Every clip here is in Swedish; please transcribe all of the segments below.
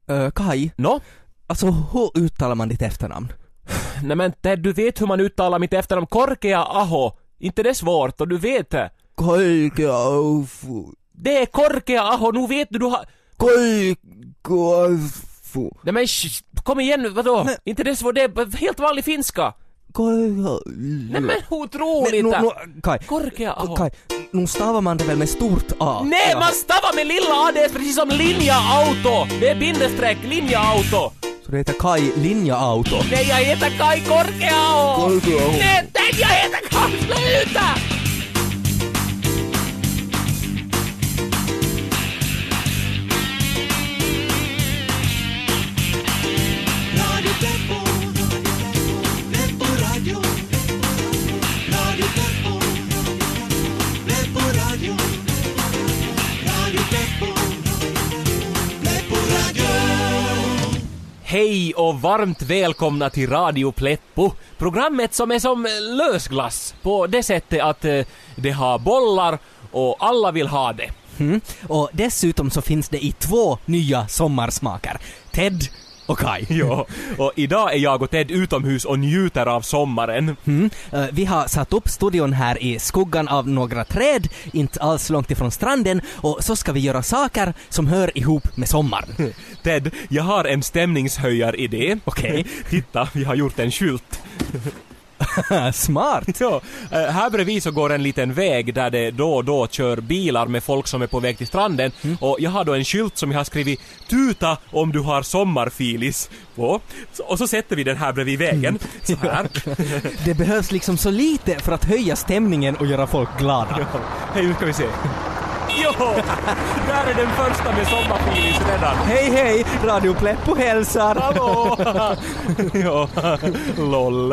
Kai? No? Alltså, hur uttalar man ditt efternamn? Nej men Ted, du vet hur man uttalar mitt efternamn. Korkea-aho. Inte det är svårt och du vet det. Korkea-aho. Det är Korkea-aho, nu vet du har... Korkea-aho. Nej men kom igen nu, vadå? Men... Inte det svårt, det är helt vanlig finska. Nej men otroligt. Kai, Korkea-aho. Kai, nu stavar man det väl med stort A? Nej, man stavar med lilla A, det är precis som linja-auto. Det är bindesträck, linja-auto. Så det heter Kai Linja-auto. Nej, jag heter Kai Korkea-aho. Nej, jag heter Kai, sluta! Hej och varmt välkomna till Radio Pleppo. Programmet som är som lösglass på det sättet att det har bollar och alla vill ha det. Och dessutom så finns det i 2 nya sommarsmaker. Ted och Kai. Ja, och idag är jag och Ted utomhus och njuter av sommaren. Vi har satt upp studion här i skuggan av några träd, inte alls långt ifrån stranden, och så ska vi göra saker som hör ihop med sommaren. Ted, jag har en stämningshöjaridé. Okej. Titta, vi har gjort en skylt. Smart. Ja, här bredvid så går en liten väg där det då och då kör bilar med folk som är på väg till stranden. Och jag har då en skylt som jag har skrivit "Tuta om du har sommarfilis" på. Och så sätter vi den här bredvid vägen. Så här. Det behövs liksom så lite för att höja stämningen och göra folk glada. Ja. Hej, nu ska vi se. Jo, där är den första med sommarfilis redan. Hej, Radio Pleppo hälsar. Hallå. Ja, lol.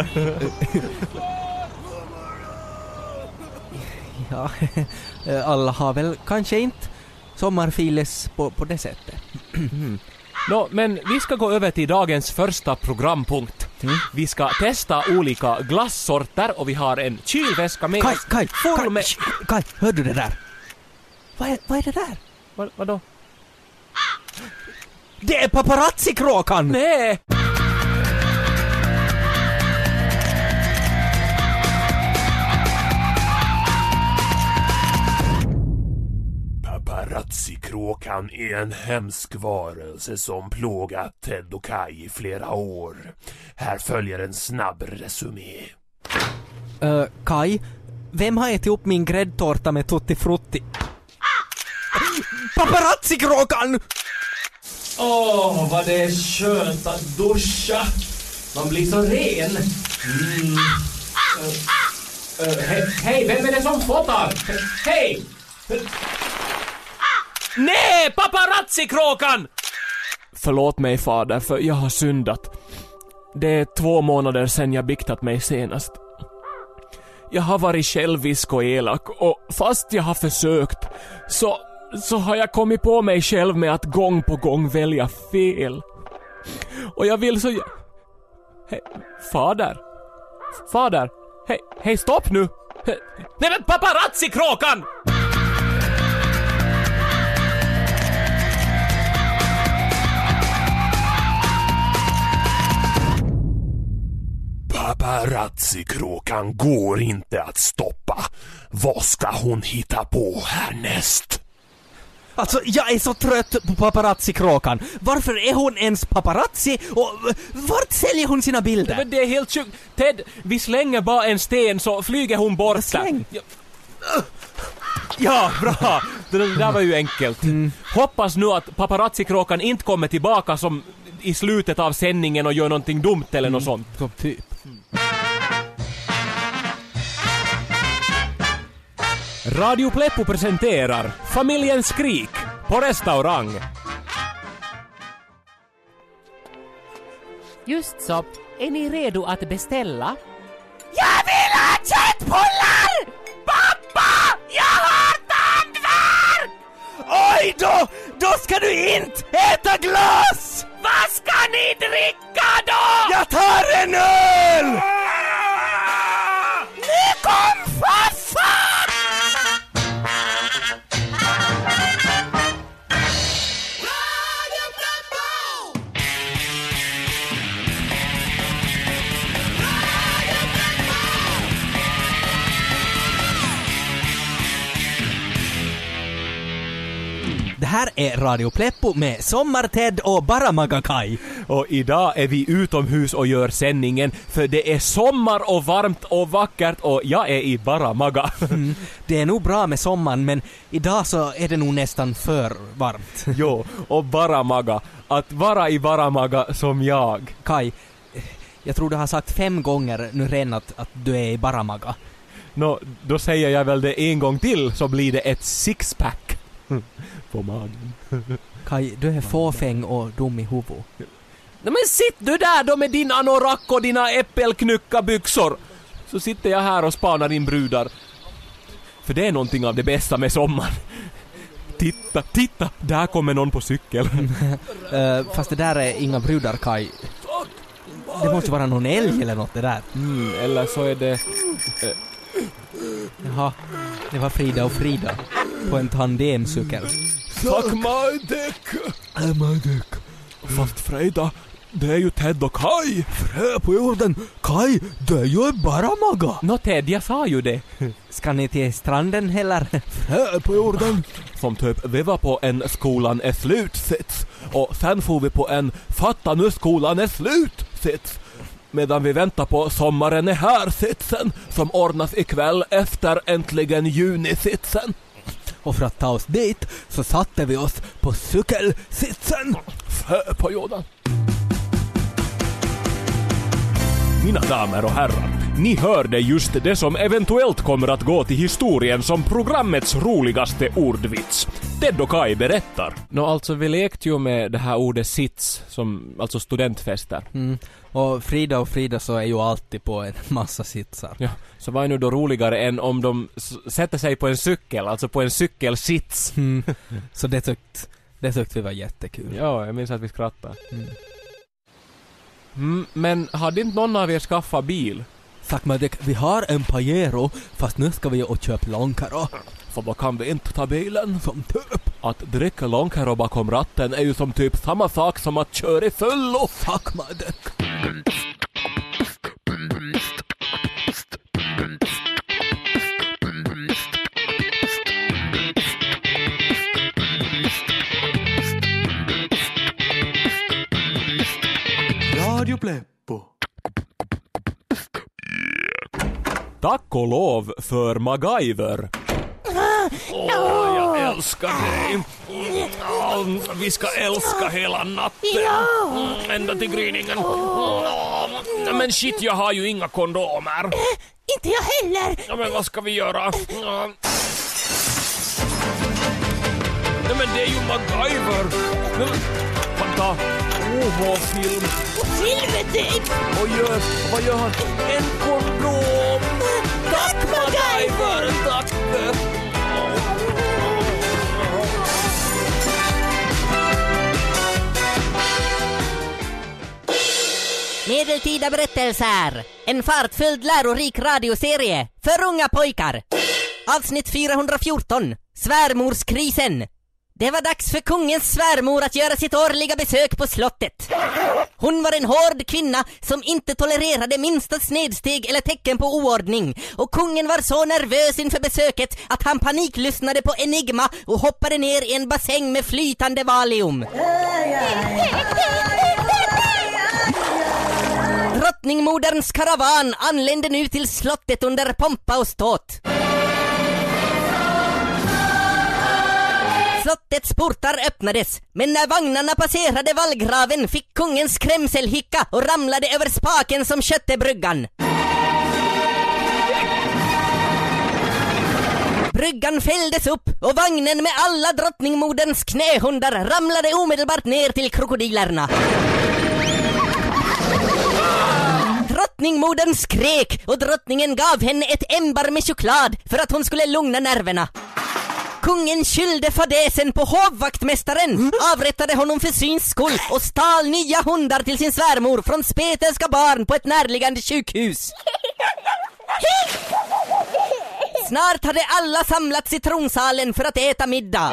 Ja, alla har väl kanske inte sommarfilis på det sättet. Nå, men vi ska gå över till dagens första programpunkt. Vi ska testa olika glassorter och vi har en kylväska med oss. Kai, hör du det där? Vad är det där? Vadå? Det är paparazzi-kråkan! Nej! Paparazzi-kråkan är en hemsk varelse som plågat Ted och Kai i flera år. Här följer en snabb resumé. Kai, vem har ätit upp min gräddtårta med tutti frutti? Paparazzi-kråkan! Vad det är skönt att duscha. Man blir så ren. Hej, vem är det som fotar? Hej! Nej, paparazzi-kråkan! Förlåt mig, fader, för jag har syndat. Det är 2 månader sedan jag biktat mig senast. Jag har varit självisk och elak, och fast jag har försökt så har jag kommit på mig själv med att gång på gång välja fel. Och jag vill så... Hej, fader. Hej, stopp nu. Nej men paparazzi-kråkan! Paparazzi-kråkan går inte att stoppa. Vad ska hon hitta på härnäst? Alltså, jag är så trött på paparazzi-kråkan. Varför är hon ens paparazzi? Och vart säljer hon sina bilder? Men det är helt sjukt. Ted, vi slänger bara en sten så flyger hon bort. Släng? Ja, bra. Det där var ju enkelt. Hoppas nu att paparazzi-kråkan inte kommer tillbaka som i slutet av sändningen och gör någonting dumt eller något sånt. Som typ. Radio Pleppo presenterar Familjen Skrik på restaurang. Just så. Är ni redo att beställa? Jag vill ha köttbullar! Pappa! Jag har tandvärk! Oj då ska du inte äta glass! Vad ska ni dricka då? Jag tar en öl! Nu kom farfar! Radio Pleppo! här är Radio Pleppo med Sommar-Ted och Baramaga-Kai. Och idag är vi utomhus och gör sändningen för det är sommar och varmt och vackert och jag är i Baramaga. Det är nog bra med sommaren, men idag så är det nog nästan för varmt. Jo, och Baramaga. Att vara i Baramaga som jag. Kai, jag tror du har sagt 5 gånger nu redan att du är i Baramaga. Då säger jag väl det en gång till så blir det ett sixpack på magen. Kai, du är fåfäng och dum i huvudet. Nej, men sitt du där då med din anorak och dina äppelknuckabyxor. Så sitter jag här och spanar in brudar. För det är någonting av det bästa med sommaren. Titta, där kommer någon på cykel. Fast det där är inga brudar, Kai. Det måste vara någon älg eller något det där. Eller så är det... Jaha, det var Frida och Frida på en tandemcykel. Tack my däck. Fast Frida, det är ju Ted och Kai. Frö på jorden, Kai, det är ju Baramaga. Nå Ted, jag sa ju det. Ska ni till stranden heller? Frö på jorden. Som typ vi var på en skolan är slut-sits. Och sen får vi på en fatta nu skolan är slut-sits. Medan vi väntar på sommaren är här-sitsen som ordnas ikväll efter äntligen juni-sitsen. Och för att ta oss dit så satte vi oss på cykelsitsen. Frö på jorden. Mina damer och herrar, ni hörde just det som eventuellt kommer att gå till historien som programmets roligaste ordvits. Ted och Kai berättar. Alltså vi lekte ju med det här ordet sits, som alltså studentfester. Och Frida så är ju alltid på en massa sitsar. Ja, så vad är nu då roligare än om de sätter sig på en cykel, alltså på en cykelsits. Så det tyckte vi var jättekul. Ja, jag minns att vi skrattade. Men hade inte någon av er skaffat bil? Tack Madek, vi har en Pajero, fast nu ska vi och köpa långkaro. För vad kan vi inte ta bilen? Som typ. Att dricka långkaro bakom ratten är ju som typ samma sak som att köra i fullo. Tack Madek. Radio Pleppo. Tack och lov för MacGyver. Jag älskar dig. Vi ska älska hela natten. Ända till gryningen. Men shit, jag har ju inga kondomer. Inte jag heller. Ja, men vad ska vi göra? Nej, men det är ju MacGyver. Vänta. Vår film. Silvertejp. Vad gör han? En kondom. Tack MacGyver. Tack. Medeltida berättelser. En fartfylld lärorik radioserie för unga pojkar. Avsnitt 414. Svärmorskrisen. Det var dags för kungens svärmor att göra sitt årliga besök på slottet. Hon var en hård kvinna som inte tolererade minsta snedsteg eller tecken på oordning. Och kungen var så nervös inför besöket att han paniklyssnade på Enigma och hoppade ner i en bassäng med flytande valium. Drottningmoderns karavan anlände nu till slottet under pompa och ståt. Slottets portar öppnades, men när vagnarna passerade vallgraven fick kungen skrämselhicka och ramlade över spaken som köttebryggan. Bryggan fälldes upp och vagnen med alla drottningmoderns knähundar ramlade omedelbart ner till krokodilerna. Drottningmodern skrek och drottningen gav henne ett ämbar med choklad för att hon skulle lugna nerverna. Kungen kyllde fadäsen på hovvaktmästaren, avrättade honom för syns skull och stal nya hundar till sin svärmor från spetälska barn på ett närliggande sjukhus. Snart hade alla samlats i tronsalen för att äta middag.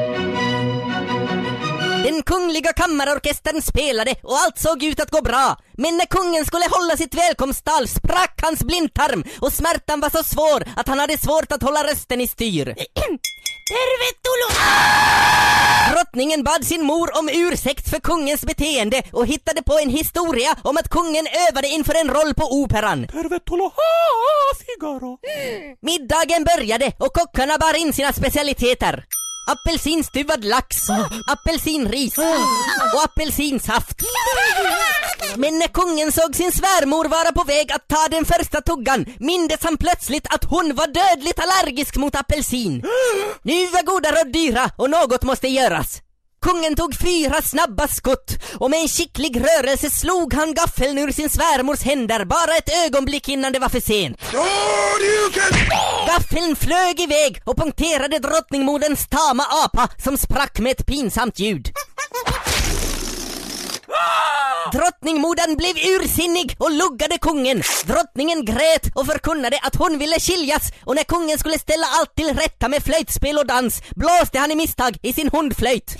Den kungliga kammarorkestern spelade och allt såg ut att gå bra. Men när kungen skulle hålla sitt välkomsttal sprack hans blindtarm och smärtan var så svår att han hade svårt att hålla rösten i styr. Drottningen bad sin mor om ursäkt för kungens beteende och hittade på en historia om att kungen övade inför en roll på operan. Figaro. Middagen började och kockarna bar in sina specialiteter. Apelsinstuvad lax, apelsinris och apelsinsaft. Men när kungen såg sin svärmor vara på väg att ta den första tuggan mindes han plötsligt att hon var dödligt allergisk mot apelsin. Nu var goda råd dyra och något måste göras. Kungen tog 4 snabba skott och med en skicklig rörelse slog han gaffeln ur sin svärmors händer bara ett ögonblick innan det var för sent. Gaffeln flög iväg och punkterade drottningmoderns tama apa som sprack med ett pinsamt ljud. Drottningmodern blev ursinnig och luggade kungen. Drottningen grät och förkunnade att hon ville skiljas, och när kungen skulle ställa allt till rätta med flöjtspel och dans blåste han i misstag i sin hundflöjt.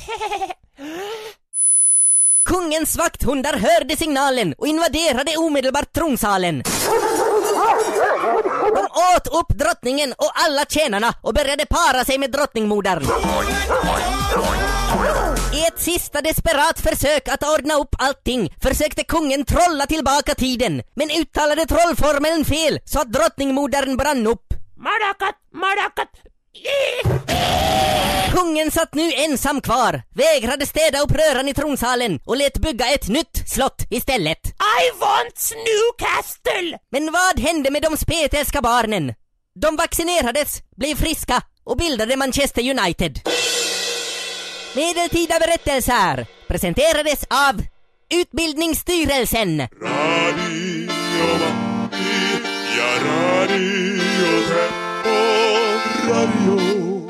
Kungens vakthundar hörde signalen och invaderade omedelbart tronsalen. De åt upp drottningen och alla tjänarna och började para sig med drottningmodern. I ett sista desperat försök att ordna upp allting försökte kungen trolla tillbaka tiden, men uttalade trollformeln fel så att drottningmodern brann upp. Marakat. Kungen satt nu ensam kvar, vägrade städa upp röran i tronsalen och lät bygga ett nytt slott istället. I want Newcastle! Men vad hände med de spetälska barnen? De vaccinerades, blev friska och bildade Manchester United. Medeltida berättelser presenterades av Utbildningsstyrelsen. Radio Matti ja Radio Pleppo, Radio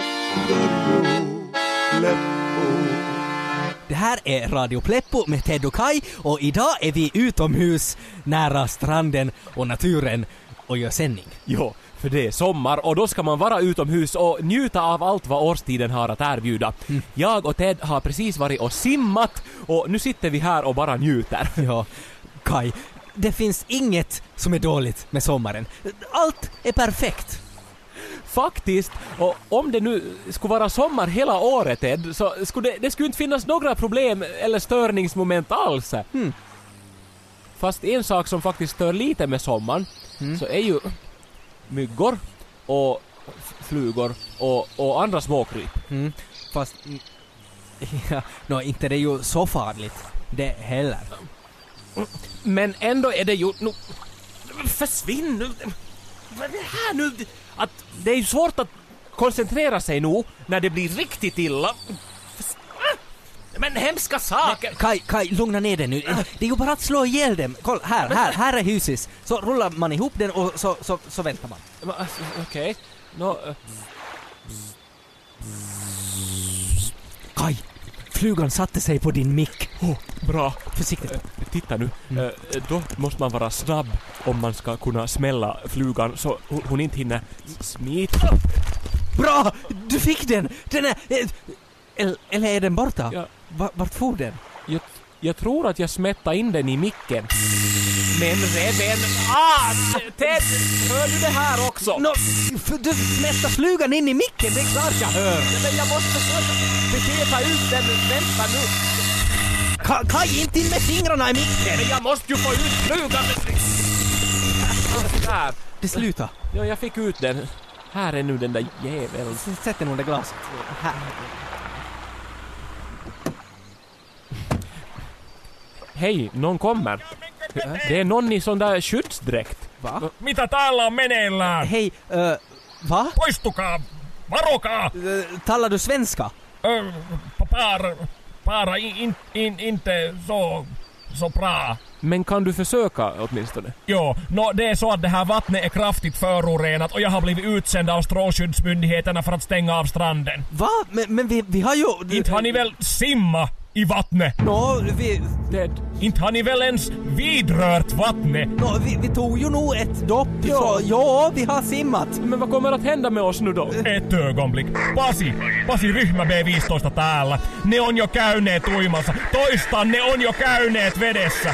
Pleppo. Det här är Radio Pleppo med Ted och Kai, och idag är vi utomhus nära stranden och naturen och gör sändning. Jo, för det är sommar och då ska man vara utomhus och njuta av allt vad årstiden har att erbjuda. Jag och Ted har precis varit och simmat och nu sitter vi här och bara njuter. Ja, Kai, det finns inget som är dåligt med sommaren. Allt är perfekt. Faktiskt, och om det nu skulle vara sommar hela året, Ed, så skulle det skulle inte finnas några problem eller störningsmoment alls. Fast en sak som faktiskt stör lite med sommaren så är ju myggor och flugor och andra småkryp. Fast ja, inte det är ju så farligt det heller. Men ändå är det ju försvinn nu. Vad är det här nu? Att det är ju svårt att koncentrera sig nu när det blir riktigt illa. Men hemska saker. Kai, lugna ner dig nu. Det är ju bara att slå ihjäl dem. Kolla, här är huset. Så rullar man ihop den och så väntar man. Okej. Kai, flugan satte sig på din mick. Bra. Försiktigt. Titta nu. Då måste man vara snabb om man ska kunna smälla flugan så hon inte hinner smita. Bra! Du fick den! Den är... Eller är den borta? Ja. Vart får den? Jag tror att jag smättade in den i micken. Men Reben... Ted! Hör du det här också? Du smättar flugan in i micken, det är klart jag hör. Men jag måste försöka beteta ut den. Vänta nu. Kaj, inte in med fingrarna i micken. Men jag måste ju få ut flugan. Där. Det slutar. Ja, jag fick ut den. Här är nu den där jäveln. Sätt den under glaset. Här. Hej, någon kommer. Det är någon i sån där skyddsdräkt. Va? Mitä täällä on meneillään? Hej, va? Poistukaa! Varokaa! Talar du svenska? Para inte så bra. Men kan du försöka åtminstone? Jo, det är så att det här vattnet är kraftigt förorenat och jag har blivit utsänd av strålskyddsmyndigheterna för att stänga av stranden. Va? Men vi har ju... Inte har ni väl simma i vattnet? Inte har ni väl ens vidrört vattnet? Vi tog ju nog ett dopp. Ja, vi har simmat. Men vad kommer att hända med oss nu då? Ett ögonblick. Pasi ryhmä B15 täällä. Ne on jo käyneet uimassa. Toistan, ne on jo käyneet vedessä.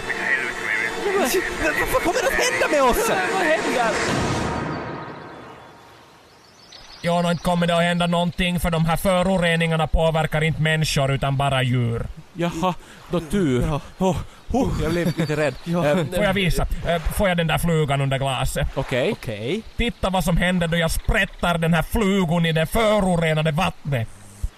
Vad kommer att hända med oss? Vad händer? Ja, nog inte kommer det att hända någonting för de här föroreningarna påverkar inte människor utan bara djur. Jaha, då tur. Ja. Jag blev lite rädd. Får jag visa? Får jag den där flugan under glaset? Okej. Titta vad som händer då jag sprättar den här flugan i det förorenade vattnet.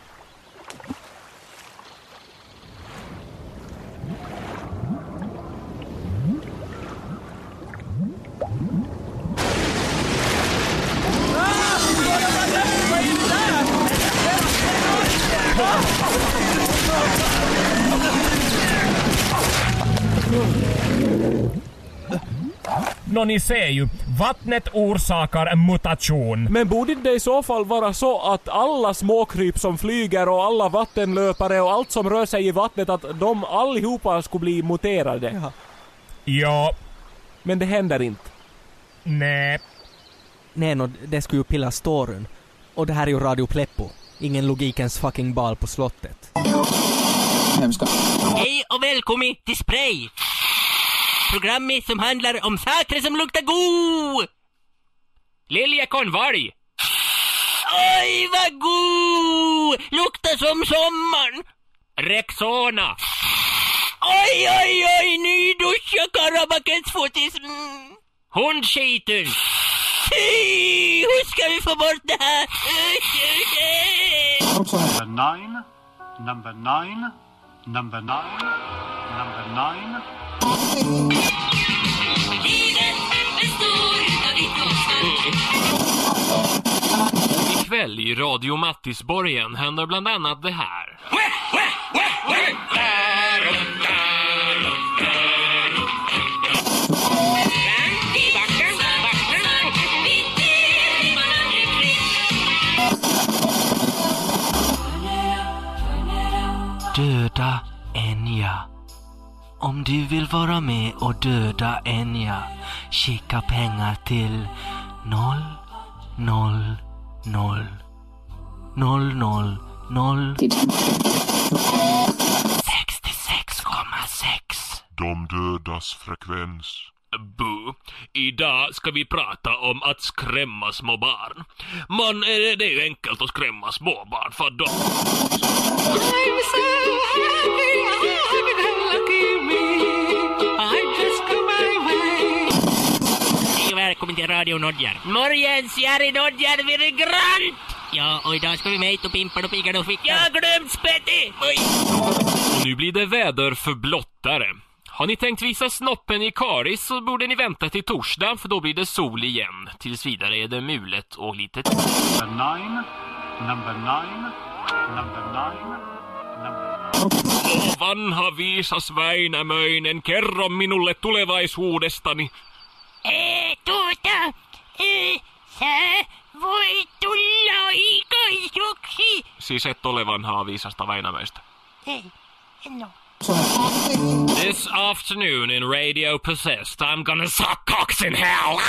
Nå, ni ser ju, vattnet orsakar en mutation. Men borde det i så fall vara så att alla småkryp som flyger och alla vattenlöpare och allt som rör sig i vattnet, att de allihopa skulle bli muterade? Ja. Men det händer inte. Nej, det skulle ju pilla storyn. Och det här är ju Radio Pleppo. Ingen logikens fucking bal på slottet. Hej och välkommen till Spray. Programmet som handlar om saker som luktar god. Liljekonvalj. Oj, vad god! Luktar som sommaren. Rexona. Oj, ny duscha Karabakens fotis. Hundskiten. Hur ska vi få bort det här? Number nine. Ikväll i Radio Mattisborgen händer bland annat det här. Döda Enya. Om du vill vara med och döda Enya, skicka pengar till 66,6. De dödas frekvens. Bu. Idag ska vi prata om att skrämma små barn. Men det är ju enkelt att skrämma små barn för dem. I'm so happy, lucky me. I just go my way. Hej och välkommen till Radio Nodjar. Morgens, Jari Nodjar vid Grant. Ja, och idag ska vi med och pimpa och pigga och fick jag glömt Spetty. Och nu blir det väder för blottare. Har ni tänkt visa snoppen i Karis så borde ni vänta till torsdag, för då blir det sol igen. Tills vidare är det mulet och lite... Number nine. Vanha viisas Väinämöinen, kerro minulle tulevaisuudestani. Sä voi tulla ikäisyksi. Siis et ole vanhaa viisasta Väinämöistä. Ei, en oo. This afternoon in Radio Possessed, I'm gonna suck cocks in hell.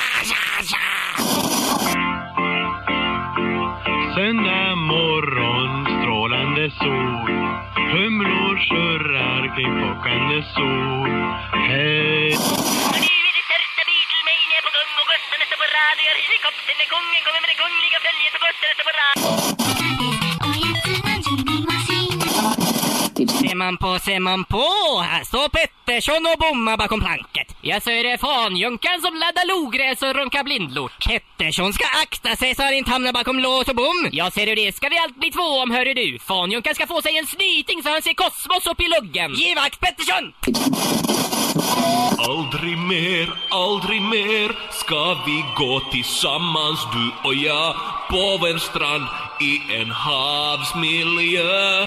Söndag morgon, strålande sol. Humlor surrar kring pockande sol. Hej! Nu är det största Beatlemania på gång och gossarna står på radio. Helikoptern är kungen kommer med det kungliga följet och gossarna står på radio. Ser man på, här står Pettersson och bommar bakom planket. Jag så är det fanjunkan som laddar logräs och runkar blindlort. Pettersson ska akta sig så han inte hamnar bakom lås och bom. Ja, ser du det ska vi allt bli två om, hörru du. Fanjunkan ska få sig en snyting så han ser kosmos upp i luggen. Ge vakt, Pettersson! Aldrig mer ska vi gå tillsammans, du och jag, på en strand i en havsmiljö.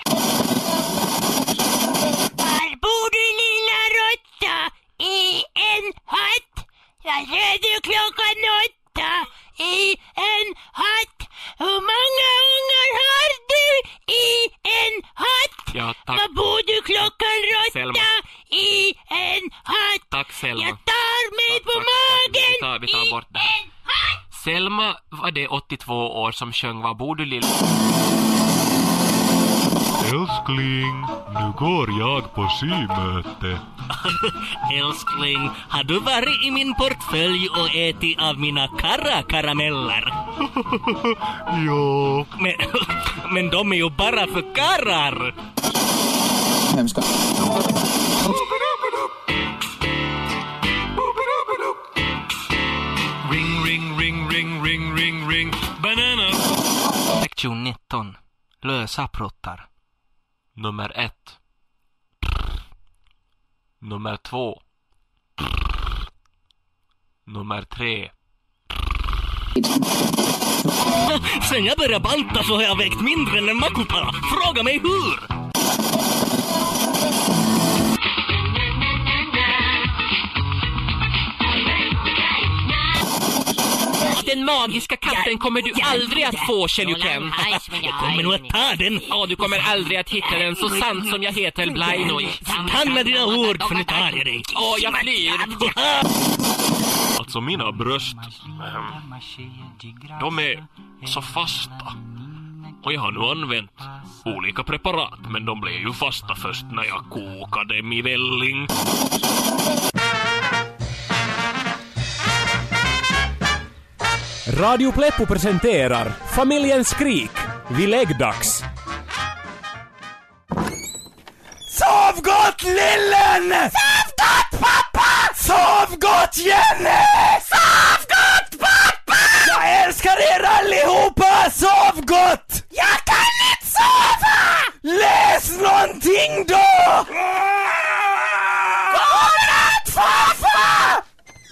Var bor du, lilla råtta? I en hatt. Jag ser du 8:00 i en hatt. Hur många ungar har du i en hatt? Ja, tack. Var bor du råtta? Selma. I en hatt. Tack, Selma. Jag tar mig på magen. Vi tar bort det. En hatt. Selma var det 82 år som sjöng Var bor du, lilla? Älskling, nu går jag på symöte. Älskling, har du varit i min portfölj och ätit av mina karameller? Ja. Men de är ju bara för karrar. Hemska. Ring, ring, ring, ring, ring, ring, ring. Banana. Lektion 19. Lösa pruttar. Nummer 1. Nummer 2. Nummer 3. Sen jag började banta så har jag vägt mindre än en makopara. Fråga mig hur. Den magiska katten kommer du aldrig att få, Kjelljuken. Jag kommer nog att ta den. Ja, du kommer aldrig att hitta den, så sant som jag heter Blainoj. Stanna dina ord, för nu tar jag dig. Åh, jag flyr. Alltså mina bröst, de är så fasta. Och jag har nu använt olika preparat, men de blev ju fasta först när jag kokade dem i välling. Radio Pleppo presenterar Familjen Skrik vid läggdags. Sov gott, lillen! Sov gott, pappa! Sov gott, Jenny! Sov gott, pappa! Jag älskar er allihopa! Sov gott! Jag kan inte sova! Läs någonting då! Godnatt, farfar!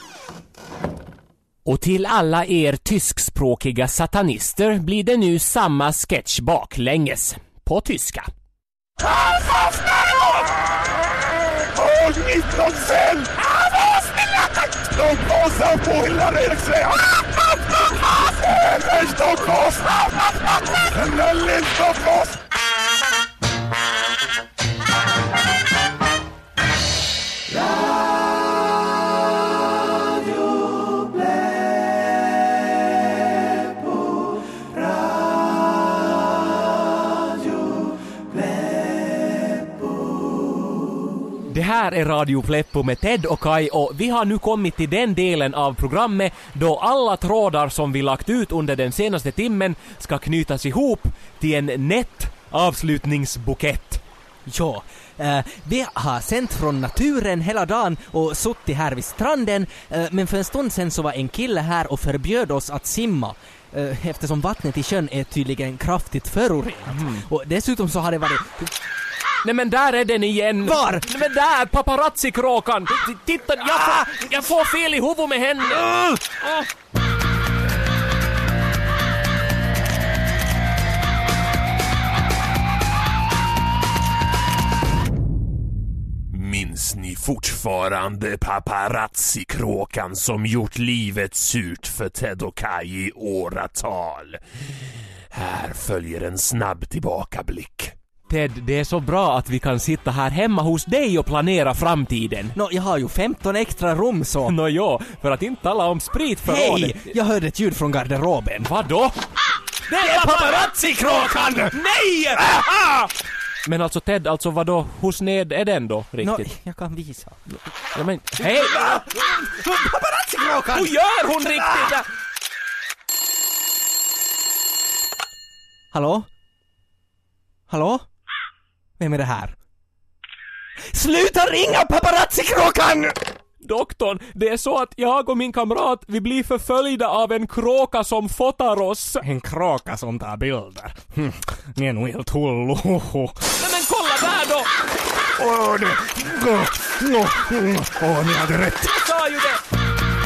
Och till alla er tyskspråkiga satanister blir det nu samma sketch baklänges. På tyska. Det här är Radio Pleppo med Ted och Kai, och vi har nu kommit till den delen av programmet då alla trådar som vi lagt ut under den senaste timmen ska knytas ihop till en nätt avslutningsbukett. Ja, vi har sänt från naturen hela dagen och suttit här vid stranden, men för en stund sen så var en kille här och förbjöd oss att simma. Eftersom vattnet i sjön är tydligen kraftigt förorenat. Och dessutom så har det varit... Nej men där är den igen. Var? Nej men där, paparazzi-kråkan. Titta, jag får fel i huvudet med henne. Minns ni fortfarande paparazzi-kråkan som gjort livet surt för Ted och Kai i åratal? Här följer en snabb tillbakablick. Ted, det är så bra att vi kan sitta här hemma hos dig och planera framtiden. Jag har ju 15 extra rum så. Ja, för att inte tala om sprit för Hej, jag hörde ett ljud från garderoben. Vadå? Det är paparazzi-kråkan! Nej! Men alltså Ted, alltså vadå? Hur sned är den då riktigt? Jag kan visa. Ja, men, hej! Paparazzi-kråkan! Hur gör hon riktigt? Hallå? Hallå? Vem är det här? Sluta ringa, paparazzi-kråkan! Doktorn, det är så att jag och min kamrat, vi blir förföljda av en kråka som fotar oss. En kråka som tar bilder. Ni är nog helt hullo. Nej men kolla där då! Ni hade rätt. Jag sa ju det!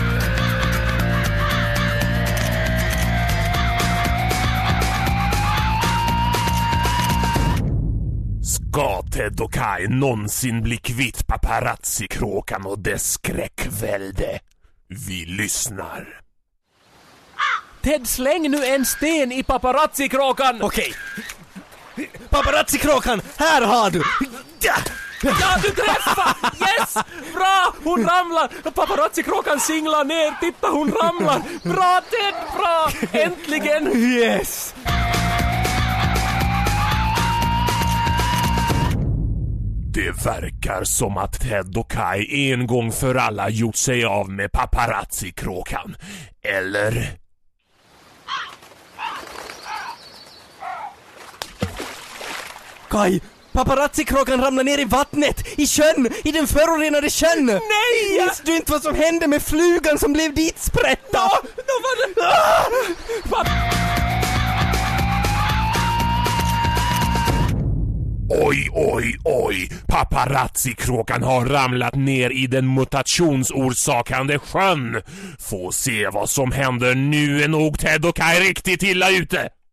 Ska Ted och Kai någonsin bli kvitt paparazzi-kråkan och dess skräckvälde? Vi lyssnar. Ted, släng nu en sten i paparazzi-kråkan! Okej. Paparazzi-kråkan, här har du! Ja, du träffar! Yes! Bra! Hon ramlar! Paparazzi-kråkan singlar ner. Titta, hon ramlar! Bra, Ted! Bra! Äntligen! Yes! Det verkar som att Ted och Kai en gång för alla gjort sig av med paparazzi-kråkan. Eller? Kaj, paparazzikråkan ramlade ner i vattnet, i sjön, i den förorenade sjön. Nej! Minns du inte vad som hände med flugan som blev dit sprätta? Då var det... Oj, oj, oj! Paparazzikråkan har ramlat ner i den mutationsorsakande sjön. Få se vad som händer. Nu är nog Ted och Kai riktigt illa ute.